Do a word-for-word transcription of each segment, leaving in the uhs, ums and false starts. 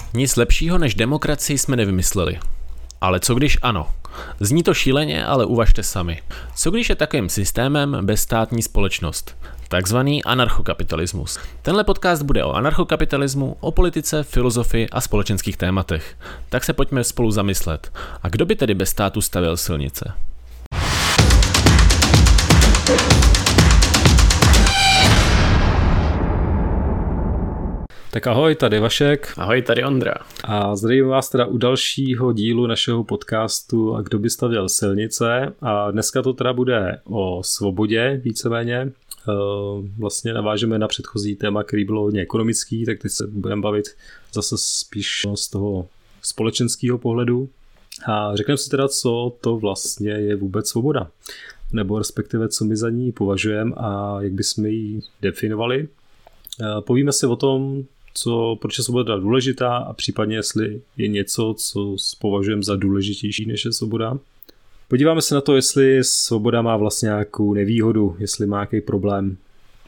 Nic lepšího než demokracii jsme nevymysleli. Ale co když ano? Zní to šíleně, ale uvažte sami. Co když je takovým systémem bezstátní společnost? Takzvaný anarchokapitalismus. Tenhle podcast bude o anarchokapitalismu, o politice, filozofii a společenských tématech. Tak se pojďme spolu zamyslet. A kdo by tedy bez státu stavěl silnice? Tak ahoj, tady Vašek. Ahoj, tady Ondra. A zdravím vás teda u dalšího dílu našeho podcastu A kdo by stavěl silnice. A dneska to teda bude o svobodě víceméně. Vlastně navážeme na předchozí téma, který bylo hodně ekonomický, tak teď se budeme bavit zase spíš z toho společenského pohledu. A řekneme si teda, co to vlastně je vůbec svoboda. Nebo respektive, co my za ní považujeme a jak bychom ji definovali. Povíme si o tom, co, proč je svoboda důležitá a případně jestli je něco, co považujeme za důležitější než je svoboda. Podíváme se na to, jestli svoboda má vlastně nějakou nevýhodu, jestli má nějaký problém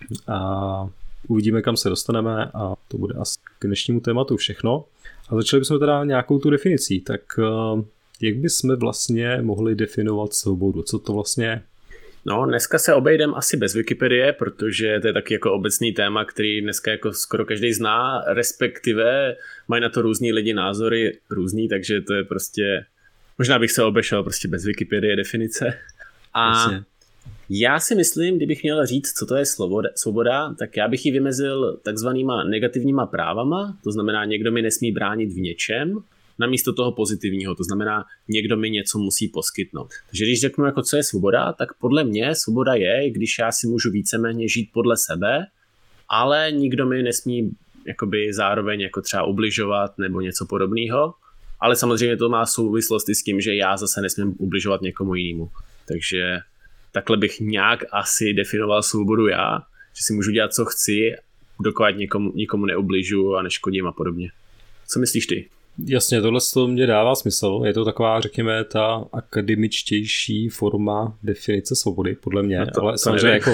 a uvidíme, kam se dostaneme a to bude asi k dnešnímu tématu všechno. A začali bychom teda nějakou tu definicí, tak jak bychom vlastně mohli definovat svobodu, co to vlastně je? No, dneska se obejdem asi bez Wikipedie, protože to je taky jako obecný téma, který dneska jako skoro každý zná, respektive mají na to různý lidi názory různý, takže to je prostě, možná bych se obešel prostě bez Wikipedie definice. A Jasně. Já si myslím, kdybych měl říct, co to je svoboda, svoboda, tak já bych ji vymezil takzvanýma negativníma právama, to znamená, někdo mi nesmí bránit v něčem, namísto toho pozitivního, to znamená, někdo mi něco musí poskytnout. Takže když řeknu, jako co je svoboda, tak podle mě svoboda je, když já si můžu víceméně žít podle sebe, ale nikdo mi nesmí jakoby zároveň jako třeba ubližovat nebo něco podobného, ale samozřejmě to má souvislost i s tím, že já zase nesmím ubližovat někomu jinému. Takže takhle bych nějak asi definoval svobodu já, že si můžu dělat, co chci, dokud někomu, nikomu neubližuju a neškodím a podobně. Co myslíš ty? Jasně, tohle to mě dává smysl. Je to taková, řekněme, ta akademičtější forma definice svobody, podle mě, no to, ale to samozřejmě jako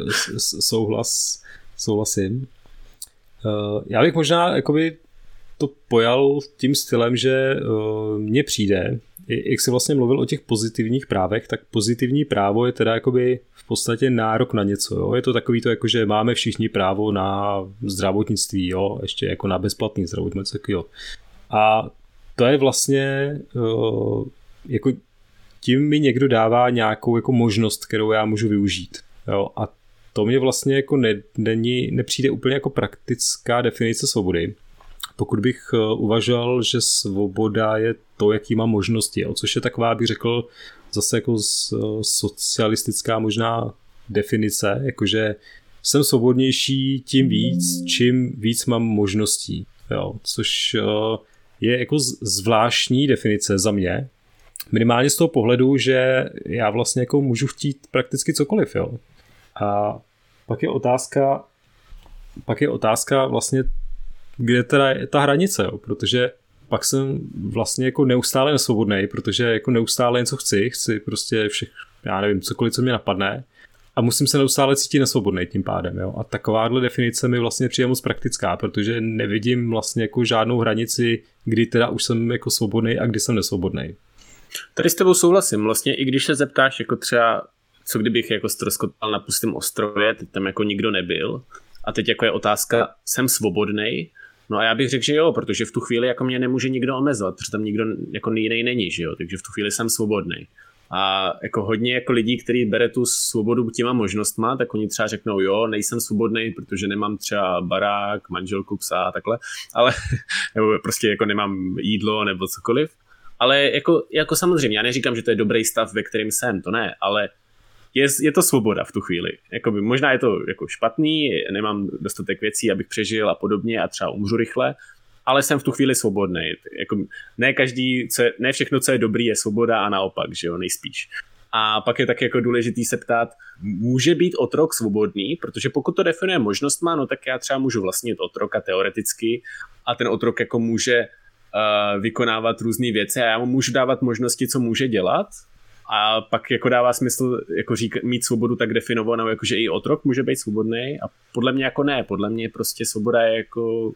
souhlas, souhlasím. Já bych možná jakoby to pojal tím stylem, že mně přijde, jak jsi vlastně mluvil o těch pozitivních právech, tak pozitivní právo je teda jakoby v podstatě nárok na něco. Jo? Je to takový to, jako, že máme všichni právo na zdravotnictví, jo? Ještě jako na bezplatný zdravotnictví. Jo? A to je vlastně jako tím mi někdo dává nějakou jako možnost, kterou já můžu využít. Jo? A to mě vlastně jako ne, není, nepřijde úplně jako praktická definice svobody. Pokud bych uvažoval, že svoboda je to, jaký má možnosti, o což je taková, bych řekl, zase jako socialistická možná definice, jakože jsem svobodnější tím víc, čím víc mám možností. Jo? Což je jako zvláštní definice za mě. Minimálně z toho pohledu, že já vlastně jako můžu chtít prakticky cokoliv. Jo? A pak je otázka, pak je otázka vlastně, kde teda je ta hranice, jo? Protože pak jsem vlastně jako neustále nesvobodnej, protože jako neustále něco chci, chci prostě všech, já nevím, cokoliv, co mě napadne a musím se neustále cítit nesvobodnej tím pádem, jo? A takováhle definice mi vlastně přijde moc praktická, protože nevidím vlastně jako žádnou hranici, kdy teda už jsem jako svobodnej a kdy jsem nesvobodnej. Tady s tebou souhlasím, vlastně i když se zeptáš jako třeba, co kdybych jako ztroskotal na pustém ostrově, teď tam jako nikdo nebyl a teď jako je otázka, jsem svobodnej? No a já bych řekl, že jo, protože v tu chvíli jako mě nemůže nikdo omezovat, protože tam nikdo jako jiný není, že jo, takže v tu chvíli jsem svobodnej. A jako hodně jako lidí, kteří bere tu svobodu těma možnostma, tak oni třeba řeknou, jo, nejsem svobodnej, protože nemám třeba barák, manželku, psa a takhle, ale nebo prostě jako nemám jídlo nebo cokoliv. Ale jako, jako samozřejmě, já neříkám, že to je dobrý stav, ve kterém jsem, to ne, ale je, je to svoboda v tu chvíli. Jakoby, možná je to jako špatný, nemám dostatek věcí, abych přežil a podobně a třeba umřu rychle, ale jsem v tu chvíli svobodný. Jako, ne každý, co je, ne všechno, co je dobrý, je svoboda a naopak, že jo, nejspíš. A pak je taky jako důležitý se ptát, může být otrok svobodný, protože pokud to definuje možnostma, no tak já třeba můžu vlastnit otroka teoreticky a ten otrok jako může uh, vykonávat různé věci a já mu můžu dávat možnosti, co může dělat. A pak jako dává smysl jako řík, mít svobodu tak definovanou, jako že i otrok může být svobodný a podle mě jako ne, podle mě prostě svoboda je jako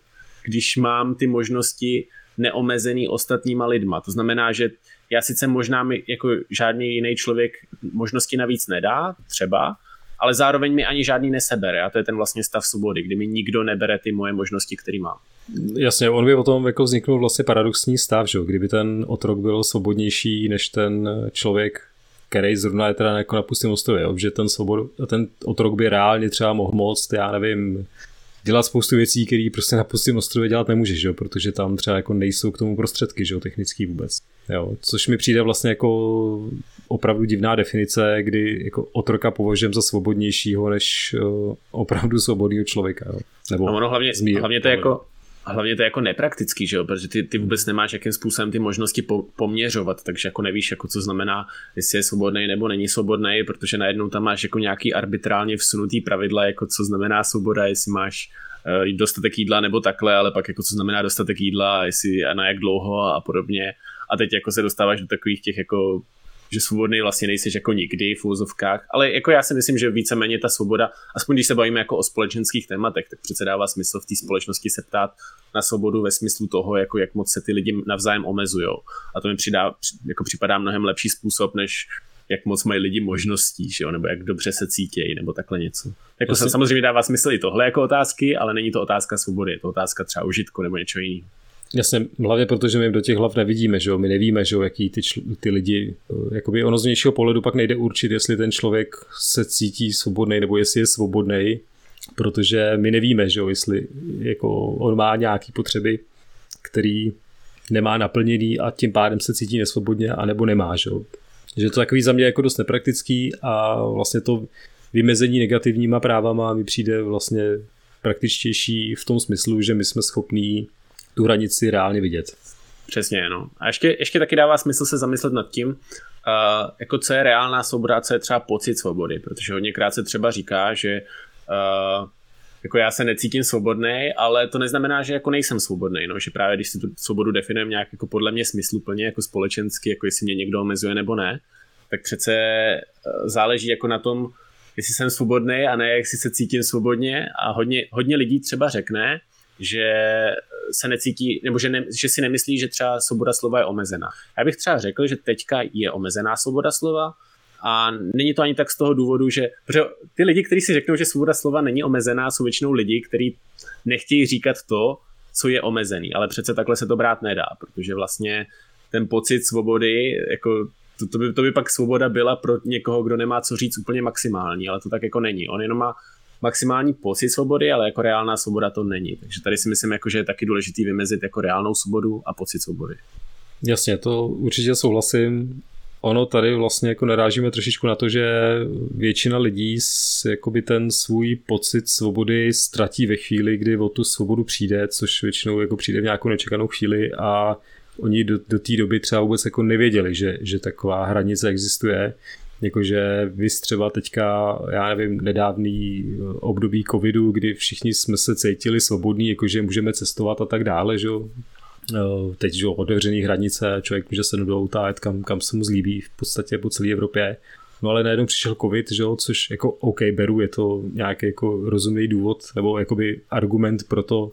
když mám ty možnosti neomezený ostatníma lidma. To znamená, že já sice možná mi jako žádný jiný člověk možnosti navíc nedá, třeba, ale zároveň mi ani žádný nesebere. A to je ten vlastně stav svobody, kdy mi nikdo nebere ty moje možnosti, které mám. Jasně, on by o tom jako vzniknul vlastně paradoxní stav, že? Kdyby ten otrok byl svobodnější než ten člověk, který zrovna je teda jako na pustém ostrově, že ten, svobod, ten otrok by reálně třeba mohl moct, já nevím, dělat spoustu věcí, které prostě na pustém ostrově dělat nemůžeš, že? Protože tam třeba jako nejsou k tomu prostředky, že? Technický vůbec. Jo? Což mi přijde vlastně jako opravdu divná definice, kdy jako otroka považujeme za svobodnějšího než uh, opravdu svobodného člověka. Jo? Nebo a ono hlavně, hlavně to je jako hlavně to je jako nepraktický, že jo? Protože ty, ty vůbec nemáš jakým způsobem ty možnosti po, poměřovat, takže jako nevíš, jako co znamená, jestli je svobodný nebo není svobodný, protože najednou tam máš jako nějaký arbitrálně vsunutý pravidla, jako co znamená svoboda, jestli máš uh, dostatek jídla nebo takhle, ale pak jako co znamená dostatek jídla, jestli a na jak dlouho a podobně. A teď jako se dostáváš do takových těch jako že svobodný vlastně nejseš jako nikdy v úvozovkách, ale jako já si myslím, že víceméně ta svoboda, aspoň když se bavíme jako o společenských tématech, tak přece dává smysl v té společnosti se ptát na svobodu ve smyslu toho, jako jak moc se ty lidi navzájem omezujou. A to mi přidá, jako připadá mnohem lepší způsob, než jak moc mají lidi možností, že jo? Nebo jak dobře se cítějí, nebo takhle něco. Jako Asi... samozřejmě dává smysl i tohle jako otázky, ale není to otázka svobody, je to otázka třeba užitku nebo něco jiného. Jasně, hlavně protože my do těch hlav nevidíme, že jo, my nevíme, že jo, jaký ty, čl- ty lidi, jakoby ono z vnějšího pohledu pak nejde určit, jestli ten člověk se cítí svobodnej nebo jestli je svobodnej, protože my nevíme, že jo, jestli jako on má nějaký potřeby, který nemá naplněný a tím pádem se cítí nesvobodně, anebo nemá, že jo. Že to takový za mě jako dost nepraktický a vlastně to vymezení negativníma právama mi přijde vlastně praktičtější v tom smyslu, že my jsme schopní tu hranici reálně vidět. Přesně, no. A ještě, ještě taky dává smysl se zamyslet nad tím, uh, jako co je reálná svoboda, co je třeba pocit svobody, protože hodněkrát se třeba říká, že uh, jako já se necítím svobodnej, ale to neznamená, že jako nejsem svobodnej, no, že právě když si tu svobodu definujeme nějak jako podle mě smysluplně, jako společensky, jako jestli mě někdo omezuje nebo ne, tak přece uh, záleží jako na tom, jestli jsem svobodnej a ne, jak si se cítím svobodně a hodně, hodně lidí třeba řekne, že se necítí, nebo že, ne, že si nemyslí, že třeba svoboda slova je omezená. Já bych třeba řekl, že teďka je omezená svoboda slova a není to ani tak z toho důvodu, že protože ty lidi, kteří si řeknou, že svoboda slova není omezená, jsou většinou lidi, kteří nechtějí říkat to, co je omezený, ale přece takhle se to brát nedá, protože vlastně ten pocit svobody, jako to, to, by, to by pak svoboda byla pro někoho, kdo nemá co říct úplně maximální, ale to tak jako není. On jenom má maximální pocit svobody, ale jako reálná svoboda to není. Takže tady si myslím, jako, že je taky důležitý vymezit jako reálnou svobodu a pocit svobody. Jasně, to určitě souhlasím. Ono tady vlastně jako narážíme trošičku na to, že většina lidí jakoby ten svůj pocit svobody ztratí ve chvíli, kdy o tu svobodu přijde, což většinou jako přijde v nějakou nečekanou chvíli a oni do, do té doby třeba vůbec jako nevěděli, že, že taková hranice existuje. Jakože vy třeba teďka, já nevím, nedávný období covidu, kdy všichni jsme se cítili svobodní, jakože můžeme cestovat a tak dále, že jo. Teď, že jo, otevřený hranice, člověk může sednout do auta a jet kam, kam se mu zlíbí v podstatě po celé Evropě. No ale najednou přišel covid, že jo, což jako OK, beru, je to nějaký jako rozumný důvod, nebo jakoby argument pro to,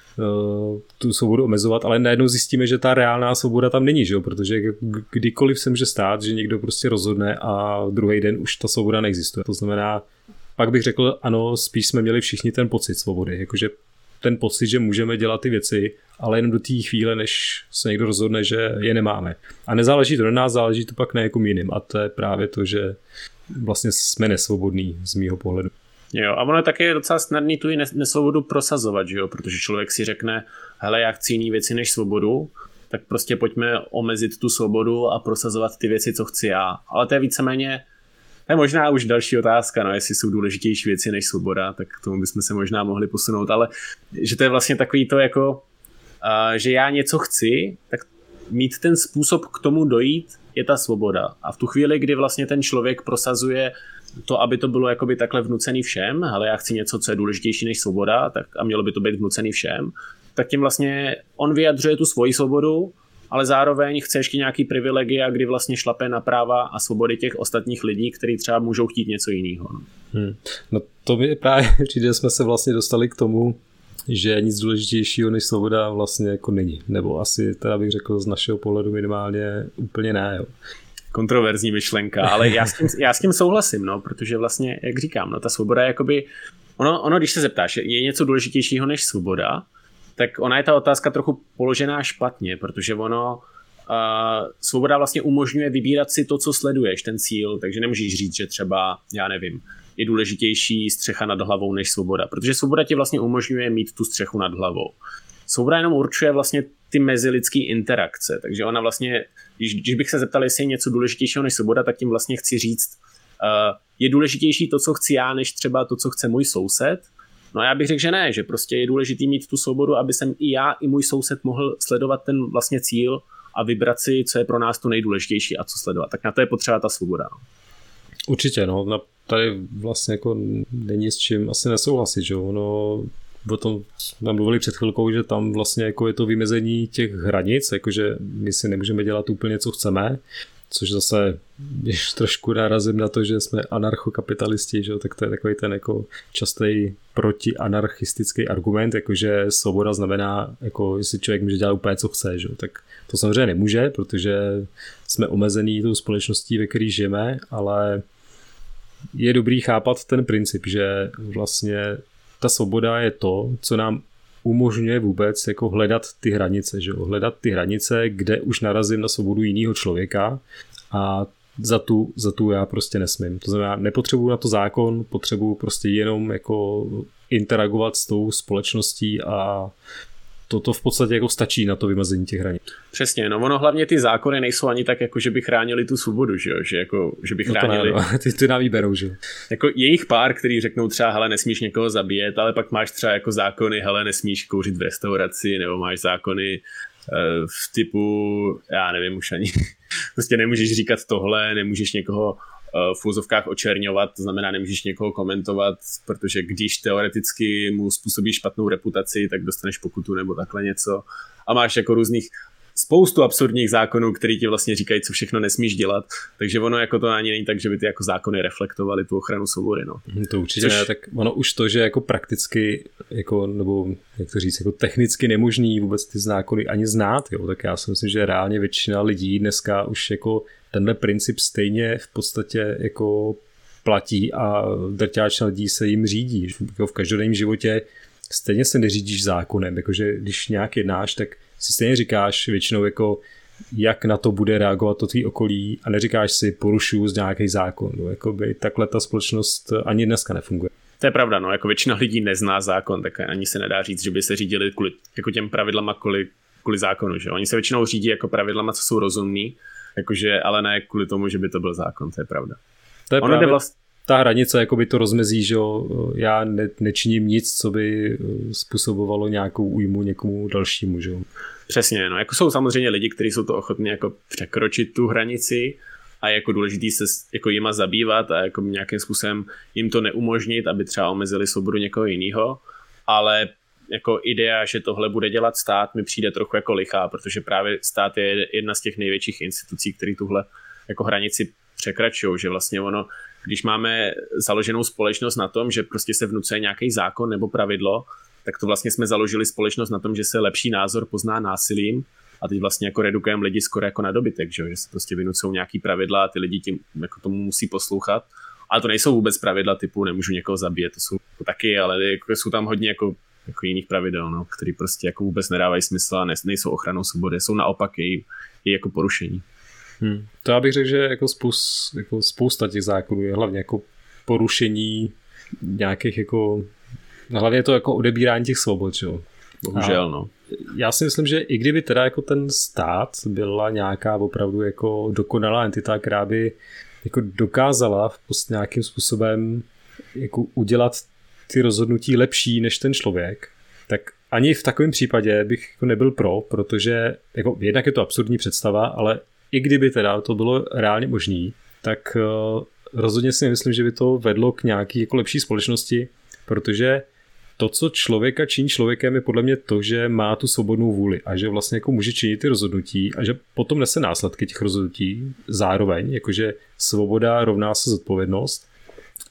tu svobodu omezovat, ale najednou zjistíme, že ta reálná svoboda tam není, že jo? Protože kdykoliv se může stát, že někdo prostě rozhodne a druhý den už ta svoboda neexistuje. To znamená, pak bych řekl, ano, spíš jsme měli všichni ten pocit svobody, jakože ten pocit, že můžeme dělat ty věci, ale jenom do té chvíle, než se někdo rozhodne, že je nemáme. A nezáleží to na nás, záleží to pak na někom jiným a to je právě to, že vlastně jsme nesvobodní z mýho pohledu. Jo, a ono je taky docela snadný tu i nesvobodu prosazovat, že jo, protože člověk si řekne, hele, já chci jiný věci než svobodu, tak prostě pojďme omezit tu svobodu a prosazovat ty věci, co chci já. Ale to je víceméně, to je možná už další otázka, no, jestli jsou důležitější věci než svoboda, tak k tomu bychom se možná mohli posunout, ale že to je vlastně takový to jako, uh, že já něco chci, tak mít ten způsob k tomu dojít je ta svoboda. A v tu chvíli, kdy vlastně ten člověk prosazuje to, aby to bylo jakoby takhle vnucený všem, ale já chci něco, co je důležitější než svoboda, tak a mělo by to být vnucený všem, tak tím vlastně on vyjadřuje tu svoji svobodu, ale zároveň chce ještě nějaký privilegia, kdy vlastně šlape na práva a svobody těch ostatních lidí, kteří třeba můžou chtít něco jiného. No, hmm. no to mi právě přijde, jsme se vlastně dostali k tomu, že nic důležitějšího než svoboda vlastně jako není. Nebo asi teda bych řekl z našeho pohledu minimálně úplně ne. Jo. Kontroverzní myšlenka, ale já s tím, já s tím souhlasím, no, protože vlastně, jak říkám, no, ta svoboda je jakoby, ono, ono, když se zeptáš, je něco důležitějšího než svoboda, tak ona je ta otázka trochu položená špatně, protože ono, uh, svoboda vlastně umožňuje vybírat si to, co sleduješ, ten cíl, takže nemůžeš říct, že třeba, já nevím, je důležitější střecha nad hlavou než svoboda, protože svoboda ti vlastně umožňuje mít tu střechu nad hlavou. Svoboda jenom určuje vlastně ty mezilidský interakce, takže ona vlastně, když, když bych se zeptal, jestli je něco důležitějšího než svoboda, tak tím vlastně chci říct, uh, je důležitější to, co chci já, než třeba to, co chce můj soused. No a já bych řekl, že ne, že prostě je důležitý mít tu svobodu, aby jsem i já, i můj soused mohl sledovat ten vlastně cíl a vybrat si, co je pro nás to nejdůležitější a co sledovat. Tak na to je potřeba ta svoboda. No. Určitě, no. Tady vlastně jako není s čím asi nesouhlasit, že ono, o tom jsme mluvili před chvilkou, že tam vlastně jako je to vymezení těch hranic, jakože my si nemůžeme dělat úplně, co chceme, což zase, když trošku narazím na to, že jsme anarchokapitalisti, že? Tak to je takový ten jako častý protianarchistický argument, jakože svoboda znamená, jako jestli člověk může dělat úplně, co chce, že? Tak to samozřejmě nemůže, protože jsme omezení tou společností, ve které žijeme, ale je dobrý chápat ten princip, že vlastně ta svoboda je to, co nám umožňuje vůbec jako hledat ty hranice, že jo? Hledat ty hranice, kde už narazím na svobodu jiného člověka a za tu, za tu já prostě nesmím. To znamená, nepotřebuji na to zákon, potřebuji prostě jenom jako interagovat s tou společností a toto v podstatě jako stačí na to vymezení těch hranic. Přesně, no ono hlavně ty zákony nejsou ani tak jako, že by chránili tu svobodu, že jo, že jako, že by chránili. No to ne, ty, ty nám vyberou, že jo. Jako je jich pár, který řeknou třeba, hele, nesmíš někoho zabíjet, ale pak máš třeba jako zákony, hele, nesmíš kouřit v restauraci, nebo máš zákony uh, v typu, já nevím už ani, prostě nemůžeš říkat tohle, nemůžeš někoho v úzovkách očerňovat, to znamená, nemůžeš někoho komentovat, protože když teoreticky mu způsobíš špatnou reputaci, tak dostaneš pokutu nebo takhle něco. A máš jako různých spoustu absurdních zákonů, který ti vlastně říkají, co všechno nesmíš dělat. Takže ono jako to ani není tak, že by ty jako zákony reflektovaly tu ochranu svobody. No. To určitě Což... ne, tak ono už to, že jako prakticky, jako, nebo jak to říct, jako technicky nemožný vůbec ty zákony ani znát, jo, tak já si myslím, že reálně většina lidí dneska už jako tenhle princip stejně v podstatě jako platí a drťáčina lidí se jim řídí. Jako v každodenním životě stejně se neřídíš zákonem, jakože když nějak jednáš, tak si stejně říkáš většinou jako jak na to bude reagovat to tvý okolí a neříkáš si porušuju z nějaký zákon. No, jakoby takhle ta společnost ani dneska nefunguje. To je pravda, no, jako většina lidí nezná zákon, tak ani se nedá říct, že by se řídili kvůli, jako těm pravidlama kvůli, kvůli zákonu, že? Oni se většinou řídí jako pravidlama, co jsou rozumný, jakože, ale ne kvůli tomu, že by to byl zákon, to je pravda. To je ono právě vlast... ta hranice, jako by to rozmezí, že já ne, nečiním nic, co by způsobovalo nějakou újmu někomu dalšímu, že jo. Přesně, no, jako jsou samozřejmě lidi, kteří jsou to ochotní jako překročit tu hranici a je jako důležitý se jako jima zabývat a jako nějakým způsobem jim to neumožnit, aby třeba omezili svobodu někoho jiného, ale jako idea, že tohle bude dělat stát, mi přijde trochu jako lichá, protože právě stát je jedna z těch největších institucí, které tuhle jako hranici překračují, že vlastně ono, když máme založenou společnost na tom, že prostě se vnucuje nějaký zákon nebo pravidlo, tak to vlastně jsme založili společnost na tom, že se lepší názor pozná násilím a teď vlastně jako redukujeme lidi skoro jako na dobytek, že, že se prostě vynucují nějaký pravidla a ty lidi tím jako tomu musí poslouchat. Ale to nejsou vůbec pravidla typu nemůžu někoho zabíjet, to jsou to taky, ale jako jsou tam hodně jako jako jiných pravidel, no, který prostě jako vůbec nedávají smysl a nejsou ochranou svobody, jsou naopak její, její jako porušení. Hmm. To já bych řekl, že jako, spous, jako spousta těch zákonů je hlavně jako porušení nějakých jako, hlavně to jako odebírání těch svobod, jo. Bohužel, no. Já si myslím, že i kdyby teda jako ten stát byla nějaká opravdu jako dokonalá entita, která by jako dokázala prostě nějakým způsobem jako udělat ty rozhodnutí lepší než ten člověk, tak ani v takovém případě bych jako nebyl pro, protože jako jednak je to absurdní představa, ale i kdyby teda to bylo reálně možné, tak uh, rozhodně si nemyslím, že by to vedlo k nějaký jako lepší společnosti, protože to, co člověka činí člověkem, je podle mě to, že má tu svobodnou vůli a že vlastně jako může činit ty rozhodnutí a že potom nese následky těch rozhodnutí zároveň, jakože svoboda rovná se zodpovědnost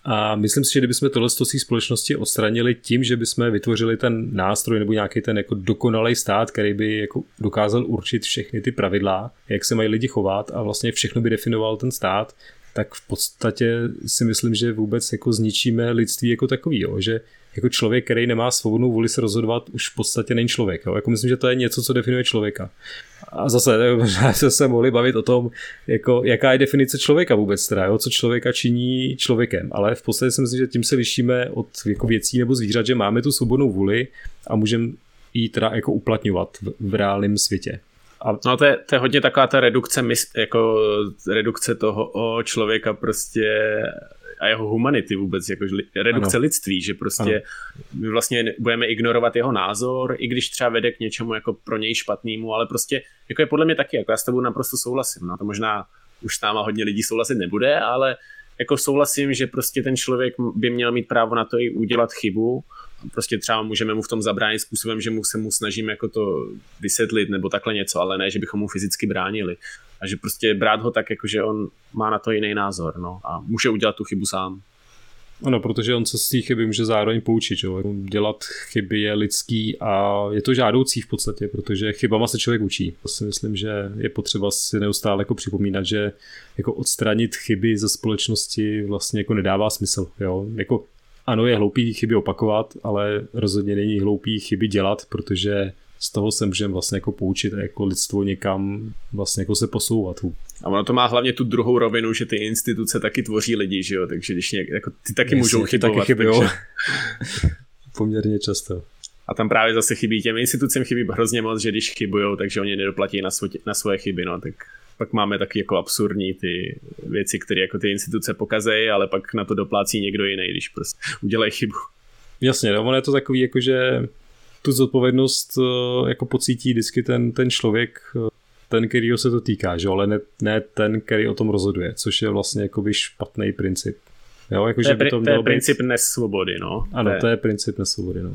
A myslím si, že kdybychom tohle z té společnosti odstranili tím, že bychom vytvořili ten nástroj nebo nějaký ten jako dokonalý stát, který by jako dokázal určit všechny ty pravidla, jak se mají lidi chovat a vlastně všechno by definoval ten stát, tak v podstatě si myslím, že vůbec jako zničíme lidství jako takový, jo? Že jako člověk, který nemá svobodnou vůli se rozhodovat, už v podstatě není člověk. Jo? Jako myslím, že to je něco, co definuje člověka. A zase možná jsme se mohli bavit o tom, jako, jaká je definice člověka vůbec, teda, jo? Co člověka činí člověkem. Ale v podstatě si myslím, že tím se lišíme od jako věcí nebo zvířat, že máme tu svobodnou vůli a můžeme ji teda jako uplatňovat v, v reálném světě. A... No to je, to je hodně taková ta redukce, mysl, jako redukce toho o člověka prostě a jeho humanity vůbec, jako redukce ano. lidství, že prostě ano. my vlastně budeme ignorovat jeho názor, i když třeba vede k něčemu jako pro něj špatnému, ale prostě jako je podle mě taky, jako já s tebou naprosto souhlasím, no to možná už s náma hodně lidí souhlasit nebude, ale jako souhlasím, že prostě ten člověk by měl mít právo na to i udělat chybu. Prostě třeba můžeme mu v tom zabránit způsobem, že mu se mu snažíme jako to vysvětlit nebo takhle něco, ale ne, že bychom mu fyzicky bránili. A že prostě brát ho tak, jako že on má na to jiný názor, no, a může udělat tu chybu sám. Ano, protože on se z té chyby může zároveň poučit, jo. Dělat chyby je lidský a je to žádoucí v podstatě, protože chybama se člověk učí. To si myslím, že je potřeba si neustále jako připomínat, že jako odstranit chyby ze společnosti vlastně jako nedává smysl, jo. Jako ano, je hloupý chyby opakovat, ale rozhodně není hloupý chyby dělat, protože z toho se můžeme vlastně jako poučit a jako lidstvo někam vlastně jako se posouvat. A ono to má hlavně tu druhou rovinu, že ty instituce taky tvoří lidi, že jo, takže když něk, jako ty taky Jasně, můžou chybovat. Taky chyby, takže... Poměrně často. A tam právě zase chybí, těm institucím chybí hrozně moc, že když chybujou, takže oni nedoplatí na, svoj, na svoje chyby, no, tak pak máme taky jako absurdní ty věci, které jako ty instituce pokazejí, ale pak na to doplácí někdo jiný, když prostě udělají chybu. Jasně, no, ono je to takový, jako že tu zodpovědnost jako pocítí vždycky ten, ten člověk, ten, kterýho se to týká, že? Ale ne, ne ten, který o tom rozhoduje, což je vlastně jakoby špatný princip. Jo, jako, to, je, že by to, to je princip být... nesvobody, no. Ano, to je... to je princip nesvobody, no.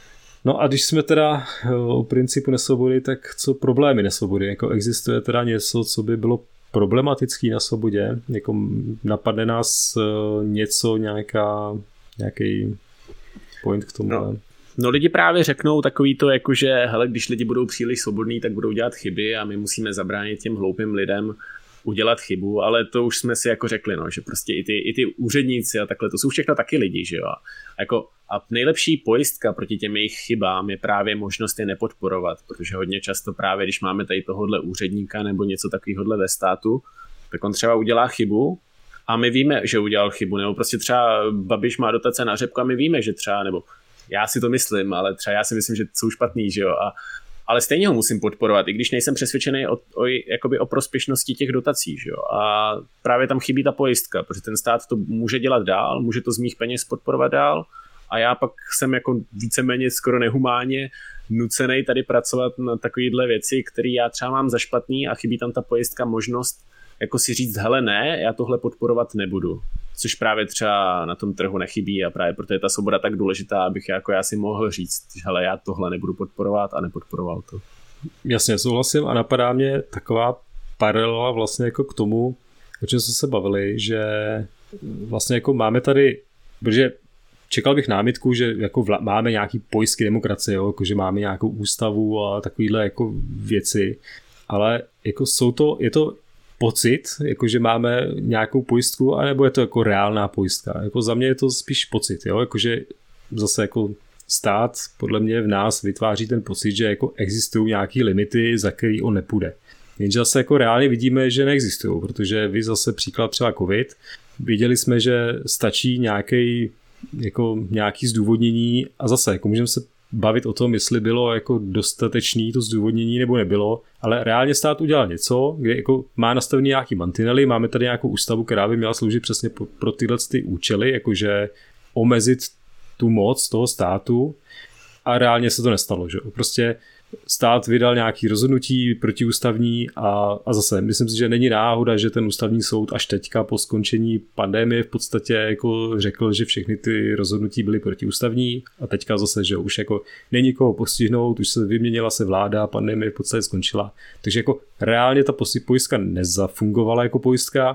No a když jsme teda o principu nesvobody, tak co problémy nesvobody? Jako existuje teda něco, co by bylo problematický na svobodě? Jako napadne nás něco, nějaká, nějaký point k tomu? No. No lidi právě řeknou takový to, jako že hele, když lidi budou příliš svobodní, tak budou dělat chyby a my musíme zabránit těm hloupým lidem udělat chybu, ale to už jsme si jako řekli, no, že prostě i ty, i ty úředníci a takhle, to jsou všechno taky lidi, že jo. A, jako, a nejlepší pojistka proti těm jejich chybám je právě možnost je nepodporovat, protože hodně často právě, když máme tady tohohle úředníka nebo něco takovýhodle ve státu, tak on třeba udělá chybu a my víme, že udělal chybu, nebo prostě třeba Babiš má dotace na řepku a my víme, že třeba, nebo já si to myslím, ale třeba já si myslím, že jsou špatný, že jo, a ale stejně ho musím podporovat, i když nejsem přesvědčený o, o, jakoby o prospěšnosti těch dotací, že jo, a právě tam chybí ta pojistka, protože ten stát to může dělat dál, může to z mých peněz podporovat dál a já pak jsem jako víceméně skoro nehumánně nucený tady pracovat na takovýhle věci, které já třeba mám za špatný a chybí tam ta pojistka možnost jako si říct, hele ne, já tohle podporovat nebudu. Což právě třeba na tom trhu nechybí a právě proto je ta svoboda tak důležitá, abych jako já si mohl říct, že hele, já tohle nebudu podporovat a nepodporoval to. Jasně, souhlasím a napadá mě taková paralela vlastně jako k tomu, o čem jsme se bavili, že vlastně jako máme tady, protože čekal bych námitku, že jako vla, máme nějaký pojistky demokracie, jo, jako že máme nějakou ústavu a takovýhle jako věci, ale jako jsou to, je to pocit, jako že máme nějakou pojistku, anebo je to jako reálná pojistka. Jako za mě je to spíš pocit, jo, jakože zase jako stát podle mě v nás vytváří ten pocit, že jako existují nějaký limity, za který on nepůjde. Jenže zase jako reálně vidíme, že neexistují, protože vy zase příklad třeba covid, viděli jsme, že stačí nějaký jako nějaký zdůvodnění a zase jako můžeme se bavit o tom, jestli bylo jako dostatečný to zdůvodnění nebo nebylo, ale reálně stát udělal něco, kde jako má nastavený nějaký mantinely, máme tady nějakou ústavu, která by měla sloužit přesně pro, pro tyhle ty účely, jakože omezit tu moc toho státu a reálně se to nestalo, že prostě stát vydal nějaký rozhodnutí protiústavní a, a zase myslím si, že není náhoda, že ten ústavní soud až teďka po skončení pandemie v podstatě jako řekl, že všechny ty rozhodnutí byly protiústavní a teďka zase, že už jako není koho postihnout, už se vyměnila se vláda, pandemie v podstatě skončila. Takže jako reálně ta pojistka nezafungovala jako pojistka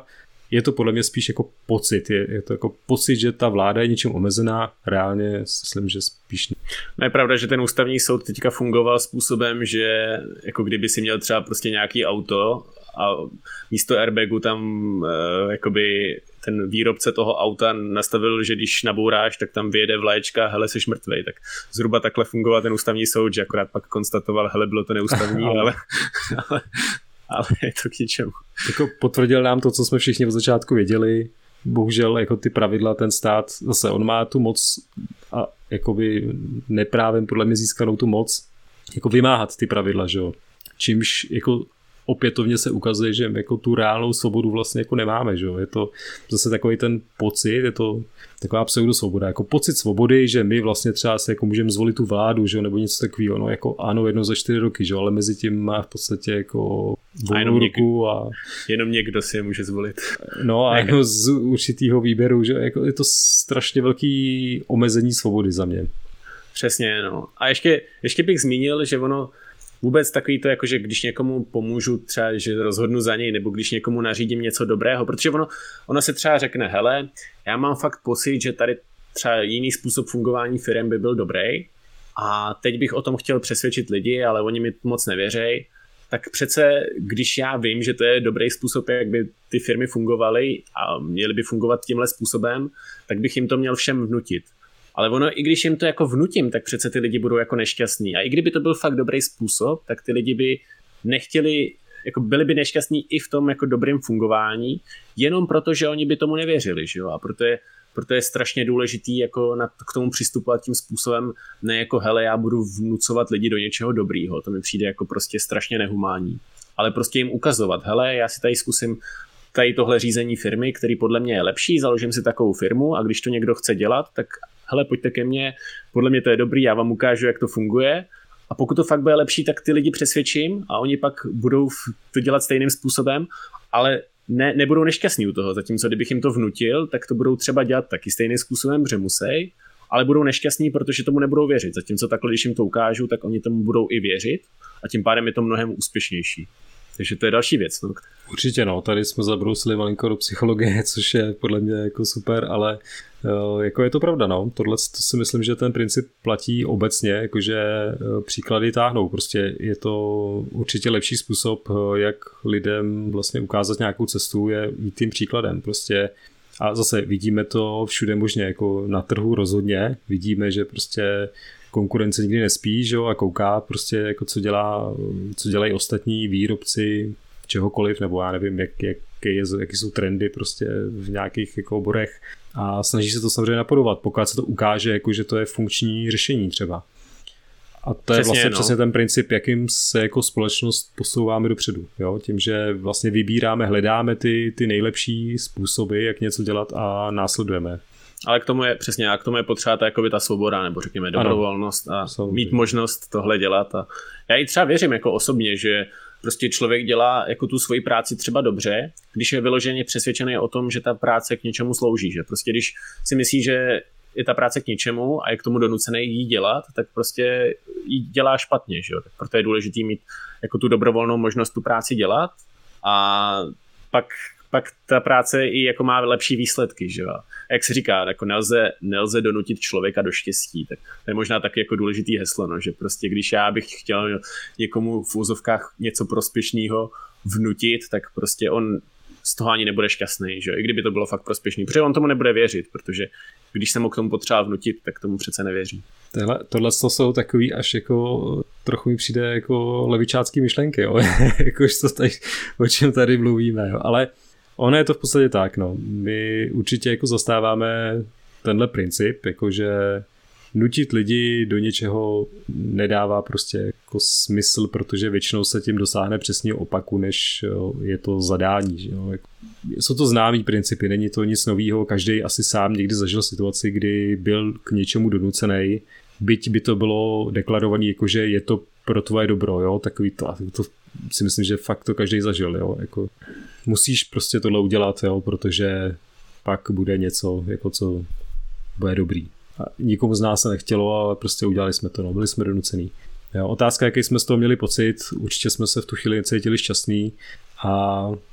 je to podle mě spíš jako pocit, je, je to jako pocit, že ta vláda je něčím omezená, reálně myslím, že spíš ne. No je pravda, že ten ústavní soud teďka fungoval způsobem, že jako kdyby si měl třeba prostě nějaký auto a místo airbagu tam uh, jakoby ten výrobce toho auta nastavil, že když nabouráš, tak tam vyjede vlaječka, hele, seš mrtvej, tak zhruba takhle fungoval ten ústavní soud, že akorát pak konstatoval, hele, bylo to neústavní, ale, ale, ale je to k ničemu. Jako potvrdil nám to, co jsme všichni od začátku věděli, bohužel jako ty pravidla, ten stát, zase on má tu moc a jakoby neprávem podle mě získanou tu moc jako vymáhat ty pravidla, že jo. Čímž jako opětovně se ukazuje, že jako tu reálnou svobodu vlastně jako nemáme, že jo. Je to zase takový ten pocit, je to taková pseudosvoboda, jako pocit svobody, že my vlastně třeba se jako můžeme zvolit tu vládu, že jo, nebo něco takového, no jako ano, jednou za čtyři roky, že jo, ale mezi tím má v podstatě jako volnou ruku a jenom někdo si je může zvolit. No a jako z určitýho výběru, že jako je to strašně velký omezení svobody za mě. Přesně, no. A ještě, ještě bych zmínil, že ono vůbec takový to, jako že když někomu pomůžu třeba, že rozhodnu za něj, nebo když někomu nařídím něco dobrého, protože ono, ono se třeba řekne, hele, já mám fakt pocit, že tady třeba jiný způsob fungování firem by byl dobrý a teď bych o tom chtěl přesvědčit lidi, ale oni mi moc nevěřejí, tak přece, když já vím, že to je dobrý způsob, jak by ty firmy fungovaly a měly by fungovat tímhle způsobem, tak bych jim to měl všem vnutit. Ale ono, i když jim to jako vnutím, tak přece ty lidi budou jako nešťastní. A i kdyby to byl fakt dobrý způsob, tak ty lidi by nechtěli, jako byli by nešťastní i v tom jako dobrém fungování, jenom proto, že oni by tomu nevěřili, že jo? A proto je, proto je strašně důležitý jako na, k tomu přistupovat tím způsobem, ne jako hele, já budu vnucovat lidi do něčeho dobrýho, to mi přijde jako prostě strašně nehumánní. Ale prostě jim ukazovat, hele, já si tady zkusím tady tohle řízení firmy, který podle mě je lepší, založím si takovou firmu a když to někdo chce dělat, tak hele, pojďte ke mně, podle mě to je dobrý, já vám ukážu, jak to funguje a pokud to fakt bude lepší, tak ty lidi přesvědčím a oni pak budou to dělat stejným způsobem, ale ne, nebudou nešťastní u toho, zatímco kdybych jim to vnutil, tak to budou třeba dělat taky stejným způsobem, protože musí, ale budou nešťastní, protože tomu nebudou věřit, zatímco takhle, když jim to ukážu, tak oni tomu budou i věřit a tím pádem je to mnohem úspěšnější. Takže to je další věc. No. Určitě no, tady jsme zabrousili malinko do psychologie, což je podle mě jako super, ale uh, jako je to pravda, no. Tohle to si myslím, že ten princip platí obecně, jakože uh, příklady táhnou. Prostě je to určitě lepší způsob, uh, jak lidem vlastně ukázat nějakou cestu, je jít tím příkladem. Prostě a zase vidíme to všude možně, jako na trhu rozhodně. Vidíme, že prostě konkurence nikdy nespí, že jo, a kouká prostě jako co dělá, co dělají ostatní výrobci čehokoliv, nebo já nevím, jak, jak, jaký jsou trendy prostě v nějakých jako oborech a snaží se to samozřejmě napodobovat, pokud se to ukáže, jako, že to je funkční řešení třeba. A to je přesně, vlastně no. přesně ten princip, jakým se jako společnost posouváme dopředu. Jo? Tím, že vlastně vybíráme, hledáme ty, ty nejlepší způsoby, jak něco dělat a následujeme. Ale k tomu je přesně, a k tomu je potřeba ta, jakoby ta svoboda, nebo řekněme dobrovolnost a ano, mít možnost tohle dělat. A já i třeba věřím jako osobně, že prostě člověk dělá jako tu svoji práci třeba dobře, když je vyloženě přesvědčený o tom, že ta práce k něčemu slouží. Že prostě když si myslí, že je ta práce k něčemu a je k tomu donucený jí dělat, tak prostě jí dělá špatně. Že jo? Tak proto je důležitý mít jako tu dobrovolnou možnost tu práci dělat a pak pak ta práce i jako má lepší výsledky, že jo. A jak se říká, jako nelze, nelze donutit člověka do štěstí, tak to je možná taky jako důležitý heslo, no, že prostě když já bych chtěl někomu v úzovkách něco prospěšného vnutit, tak prostě on z toho ani nebude šťastný, že jo, i kdyby to bylo fakt prospěšný, protože on tomu nebude věřit, protože když se mu k tomu potřeba vnutit, tak tomu přece nevěří. Tohle, tohle jsou takový až jako trochu mi přijde jako levičácký myšlenky, jo, jakož to tady, o čem tady mluvíme, jo, ale ono je to v podstatě tak, no. My určitě jako zastáváme tenhle princip, jakože nutit lidi do něčeho nedává prostě jako smysl, protože většinou se tím dosáhne přesně opaku, než je to zadání. Že jo? Jsou to známý principy, není to nic novýho, každý asi sám někdy zažil situaci, kdy byl k něčemu donucený, byť by to bylo deklarované, jakože je to pro tvoje dobro, jo? Takový to, to si myslím, že fakt to každý zažil, jo? Jako, musíš prostě tohle udělat, jo? Protože pak bude něco, jako co bude dobrý. A nikomu z nás se nechtělo, ale prostě udělali jsme to, no, byli jsme donucený. Jo, otázka, jaký jsme z toho měli pocit, určitě jsme se v tu chvíli cítili šťastný a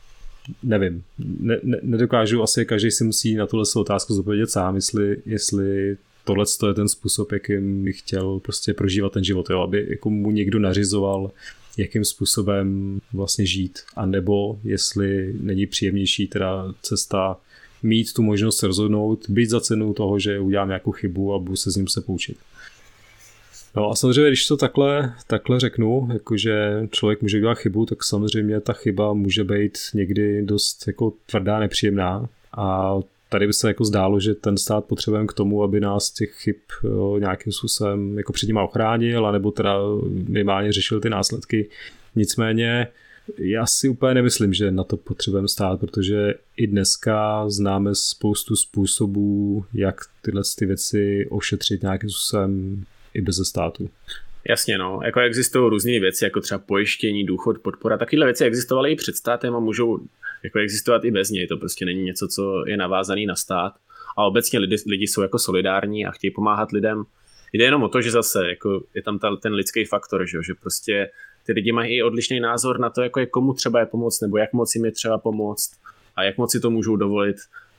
nevím. Ne, ne, nedokážu, asi každý si musí na tuhle otázku zodpovědět sám, jestli, jestli tohle je ten způsob, jakým bych chtěl prostě prožívat ten život, jo? Aby jako mu někdo nařizoval, jakým způsobem vlastně žít, a nebo jestli není příjemnější teda cesta mít tu možnost se rozhodnout, být za cenu toho, že udělám nějakou chybu a budu se s ním se poučit. No a samozřejmě, když to takhle, takhle řeknu, jakože člověk může udělat chybu, tak samozřejmě ta chyba může být někdy dost jako tvrdá, nepříjemná, a tady by se jako zdálo, že ten stát potřebujeme k tomu, aby nás těch chyb jo, nějakým způsobem jako před nima ochránil, anebo teda minimálně řešil ty následky. Nicméně já si úplně nemyslím, že na to potřebujeme stát, protože i dneska známe spoustu způsobů, jak tyhle ty věci ošetřit nějakým způsobem i bez státu. Jasně, no. Jako existují různé věci, jako třeba pojištění, důchod, podpora. Takovéhle věci existovaly i před státem a můžou jako existovat i bez něj. To prostě není něco, co je navázaný na stát. A obecně lidi, lidi jsou jako solidární a chtějí pomáhat lidem. Jde jenom o to, že zase jako je tam ta, ten lidský faktor, že, že prostě ty lidi mají i odlišný názor na to, jako je komu třeba je pomoct, nebo jak moc jim je třeba pomoct a jak moc si to můžou dovolit.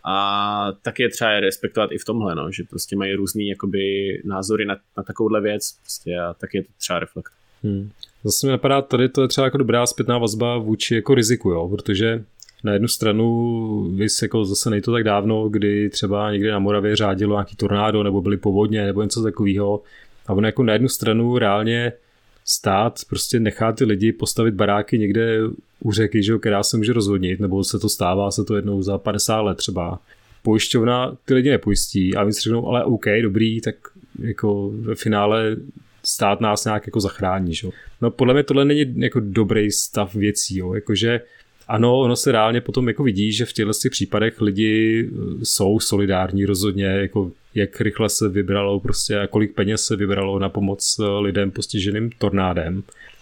A tak je třeba je respektovat i v tomhle, no, že prostě mají různý jakoby názory na, na takovouhle věc prostě, a tak je to třeba reflekt. Hmm. Zase mi napadá, tady to je třeba jako dobrá zpětná vazba vůči jako riziku, jo, protože na jednu stranu vys jako zase nejto tak dávno, kdy třeba někde na Moravě řádilo nějaký tornádo nebo byly povodně nebo něco takového, a ono jako na jednu stranu reálně stát prostě nechá ty lidi postavit baráky někde u řeky, že jo, která se může rozvodnit, nebo se to stává, se to jednou za padesát let třeba. Pojišťovna ty lidi nepojistí a oni si řeknou, ale OK, dobrý, tak jako ve finále stát nás nějak jako zachrání, že jo. No podle mě tohle není jako dobrý stav věcí, jo, jakože ano, ono se reálně potom jako vidí, že v těchto těch případech lidi jsou solidární rozhodně, jako jak rychle se vybralo prostě a kolik peněz se vybralo na pomoc lidem postiženým tornádem.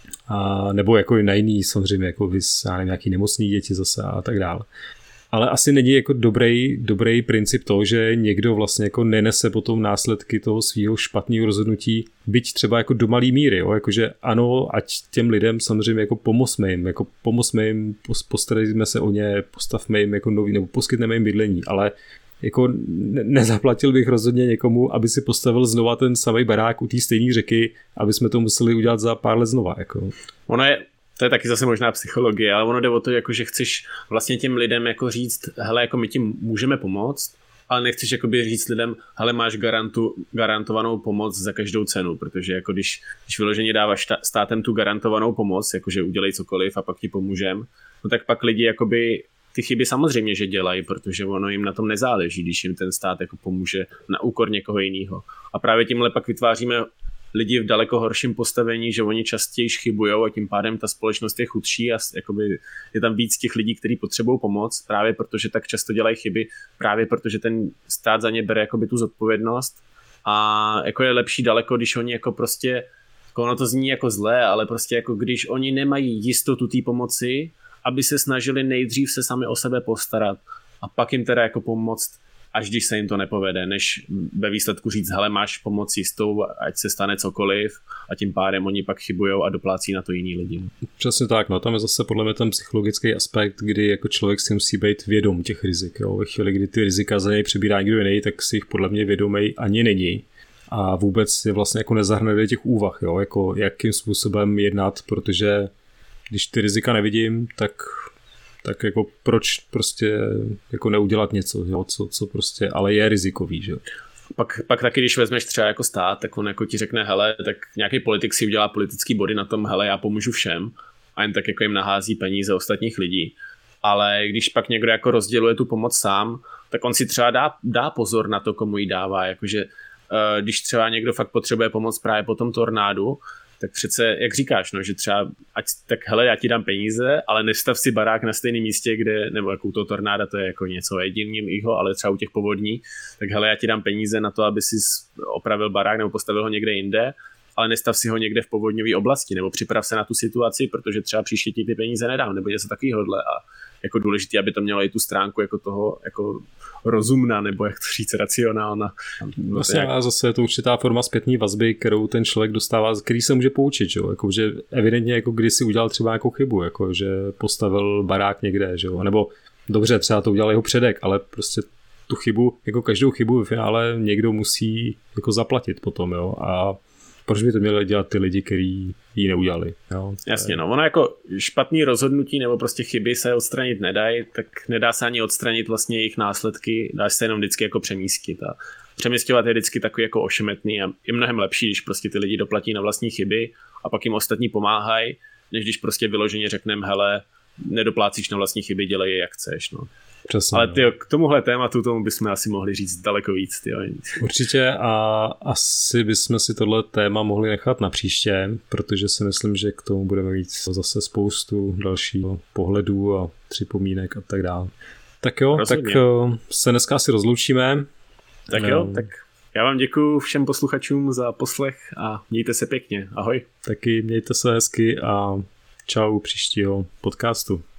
A nebo jako i na jiný samozřejmě, jako vys, já nevím, nějaký nemocný děti zase a tak dále. Ale asi není jako dobrý, dobrý princip toho, že někdo vlastně jako nenese potom následky toho svého špatného rozhodnutí, byť třeba jako do malý míry, jo? Jakože ano, ať těm lidem samozřejmě jako pomozme jim, jako pomozme jim, postarejme se o ně, postavme jim jako nový, nebo poskytneme jim bydlení, ale jako nezaplatil bych rozhodně někomu, aby si postavil znova ten samý barák u té stejné řeky, aby jsme to museli udělat za pár let znova. Jako. Ono je, to je taky zase možná psychologie, ale ono jde o to, jako, že chceš vlastně těm lidem jako říct, hele, jako my tím můžeme pomoct, ale nechceš jakoby říct lidem, hele, máš garantu, garantovanou pomoc za každou cenu, protože jako když, když vyloženě dáváš státem tu garantovanou pomoc, jakože udělej cokoliv a pak ti pomůžem, no tak pak lidi jakoby ty chyby samozřejmě, že dělají, protože ono jim na tom nezáleží, když jim ten stát jako pomůže na úkor někoho jiného. A právě tímhle pak vytváříme lidi v daleko horším postavení, že oni častěji chybujou a tím pádem ta společnost je chudší a jakoby je tam víc těch lidí, kteří potřebují pomoc, právě protože tak často dělají chyby, právě protože ten stát za ně bere jakoby tu zodpovědnost a jako je lepší daleko, když oni jako prostě, jako ono to zní jako zlé, ale prostě jako když oni nemají jistotu té pomoci, aby se snažili nejdřív se sami o sebe postarat a pak jim teda jako pomoct, až když se jim to nepovede, než ve výsledku říct, hele, máš pomoc jistou, ať se stane cokoliv a tím pádem oni pak chybujou a doplácí na to jiný lidi. Přesně tak, no tam je zase podle mě ten psychologický aspekt, kdy jako člověk si musí být vědom těch rizik, jo. Ve chvíli, kdy ty rizika za něj přebírá někdo jiný, tak si jich podle mě vědomej ani není. A vůbec je vlastně jako nezahrne do těch úvah, jo, jako jakým způsobem jednat, protože když ty rizika nevidím, tak, tak jako proč prostě jako neudělat něco, jo? Co, co prostě, ale je rizikový, že jo. Pak, pak taky, když vezmeš třeba jako stát, tak on jako ti řekne, hele, tak nějaký politik si udělá politický body na tom, hele, já pomůžu všem a jen tak jako jim nahází peníze ostatních lidí. Ale když pak někdo jako rozděluje tu pomoc sám, tak on si třeba dá, dá pozor na to, komu ji dává, jakože uh, když třeba někdo fakt potřebuje pomoc právě po tom tornádu, tak přece, jak říkáš, no, že třeba, ať, tak hele, já ti dám peníze, ale nestav si barák na stejném místě, kde, nebo jako u toho tornáda, to je jako něco jedinýho, ale třeba u těch povodní, tak hele, já ti dám peníze na to, aby si opravil barák nebo postavil ho někde jinde, ale nestav si ho někde v povodňové oblasti, nebo připrav se na tu situaci, protože třeba příště ti ty peníze nedám, nebo něco takovýhodle a jako důležité, aby to mělo i tu stránku jako toho jako rozumná, nebo jak to říct, racionálna. Vlastně jak... a zase je to určitá forma zpětné vazby, kterou ten člověk dostává, který se může poučit, že, jako, že evidentně jako kdysi udělal třeba nějakou chybu, jako, že postavil barák někde, že, nebo dobře, třeba to udělal jeho předek, ale prostě tu chybu, jako každou chybu v finále někdo musí jako zaplatit potom, jo, a proč by to měli dělat ty lidi, kteří ji neudělali. Jo? Jasně, no, ono jako špatný rozhodnutí nebo prostě chyby se odstranit nedají, tak nedá se ani odstranit vlastně jejich následky, dá se jenom vždycky jako přemístit a přemístěvat je vždycky takový jako ošemetný a je mnohem lepší, když prostě ty lidi doplatí na vlastní chyby a pak jim ostatní pomáhají, než když prostě vyloženě řekneme, hele, nedoplácíš na vlastní chyby, dělej je jak chceš, no. Přesně, ale tyjo, k tomuhle tématu tomu bychom asi mohli říct daleko víc. Tyjo. Určitě a asi bychom si tohle téma mohli nechat na příště, protože si myslím, že k tomu budeme mít zase spoustu dalších pohledů a připomínek a tak dále. Tak jo, Rozhodně. tak se dneska asi rozloučíme. Tak jo, um, tak já vám děkuju všem posluchačům za poslech a mějte se pěkně. Ahoj. Taky mějte se hezky a čau příštího podcastu.